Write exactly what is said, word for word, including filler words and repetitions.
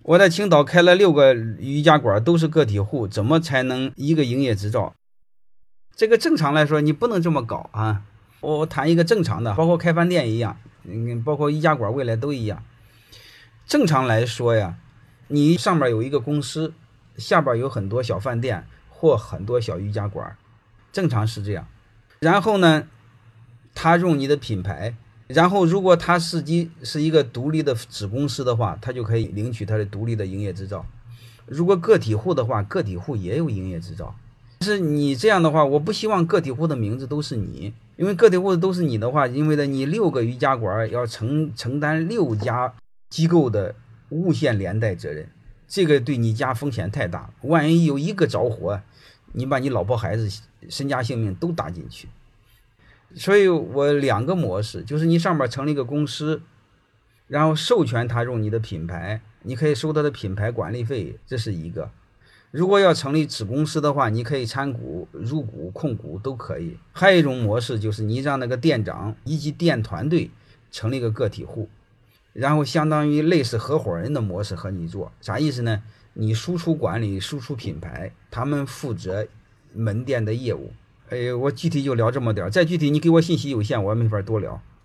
我在青岛开了六个瑜伽馆，都是个体户，怎么才能一个营业执照？这个正常来说，你不能这么搞啊！我谈一个正常的，包括开饭店一样，嗯，包括瑜伽馆未来都一样。正常来说呀，你上面有一个公司，下边有很多小饭店或很多小瑜伽馆，正常是这样。然后呢，他用你的品牌。然后，如果他司机是一个独立的子公司的话，他就可以领取他的独立的营业执照。如果个体户的话，个体户也有营业执照。但是你这样的话，我不希望个体户的名字都是你，因为个体户都是你的话，因为呢，你六个瑜伽馆要承承担六家机构的无限连带责任，这个对你家风险太大。万一有一个着火，你把你老婆孩子身家性命都搭进去。所以我两个模式，就是你上面成立一个公司，然后授权他用你的品牌，你可以收他的品牌管理费，这是一个。如果要成立子公司的话，你可以参股、入股、控股都可以。还有一种模式就是你让那个店长以及店团队成立一个个体户，然后相当于类似合伙人的模式和你做。啥意思呢？你输出管理、输出品牌，他们负责门店的业务。哎，我具体就聊这么点，再具体你给我信息有限，我没法多聊。